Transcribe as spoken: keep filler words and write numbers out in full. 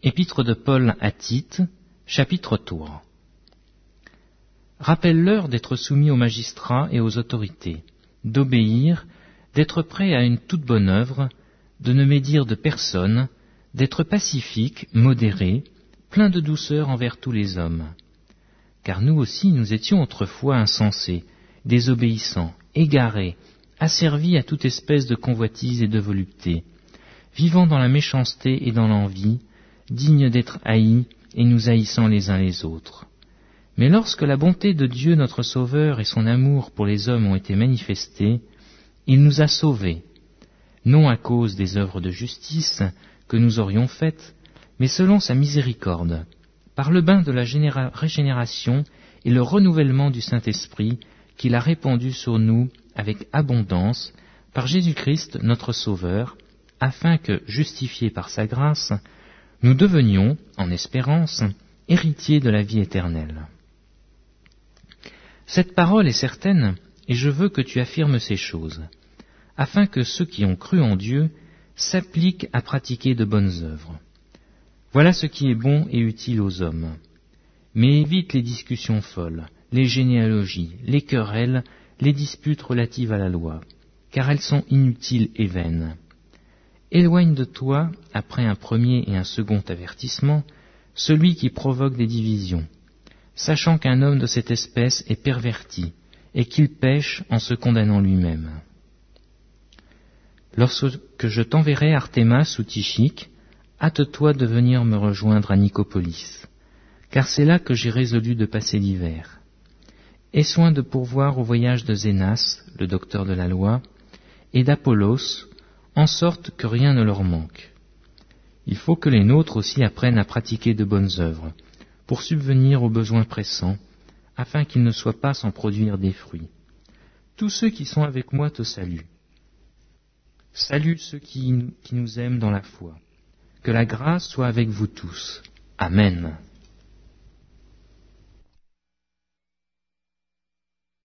Épître de Paul à Tite, chapitre trois. Rappelle-leur d'être soumis aux magistrats et aux autorités, d'obéir, d'être prêts à une toute bonne œuvre, de ne médire de personne, d'être pacifiques, modérés, pleins de douceur envers tous les hommes. Car nous aussi nous étions autrefois insensés, désobéissants, égarés, asservis à toute espèce de convoitise et de volupté, vivant dans la méchanceté et dans l'envie, dignes d'être haïs et nous haïssant les uns les autres. Mais lorsque la bonté de Dieu notre Sauveur et son amour pour les hommes ont été manifestés, il nous a sauvés, non à cause des œuvres de justice que nous aurions faites, mais selon sa miséricorde, par le bain de la généra- régénération et le renouvellement du Saint-Esprit qu'il a répandu sur nous avec abondance par Jésus-Christ notre Sauveur, afin que, justifiés par sa grâce, nous devenions, en espérance, héritiers de la vie éternelle. Cette parole est certaine, et je veux que tu affirmes ces choses, afin que ceux qui ont cru en Dieu s'appliquent à pratiquer de bonnes œuvres. Voilà ce qui est bon et utile aux hommes. Mais évite les discussions folles, les généalogies, les querelles, les disputes relatives à la loi, car elles sont inutiles et vaines. Éloigne de toi, après un premier et un second avertissement, celui qui provoque des divisions, sachant qu'un homme de cette espèce est perverti, et qu'il pêche en se condamnant lui-même. Lorsque je t'enverrai Artémas ou Tychique, hâte-toi de venir me rejoindre à Nicopolis, car c'est là que j'ai résolu de passer l'hiver. Aie soin de pourvoir au voyage de Zénas, le docteur de la loi, et d'Apollos, en sorte que rien ne leur manque. Il faut que les nôtres aussi apprennent à pratiquer de bonnes œuvres, pour subvenir aux besoins pressants, afin qu'ils ne soient pas sans produire des fruits. Tous ceux qui sont avec moi te saluent. Salue ceux qui, qui nous aiment dans la foi. Que la grâce soit avec vous tous. Amen.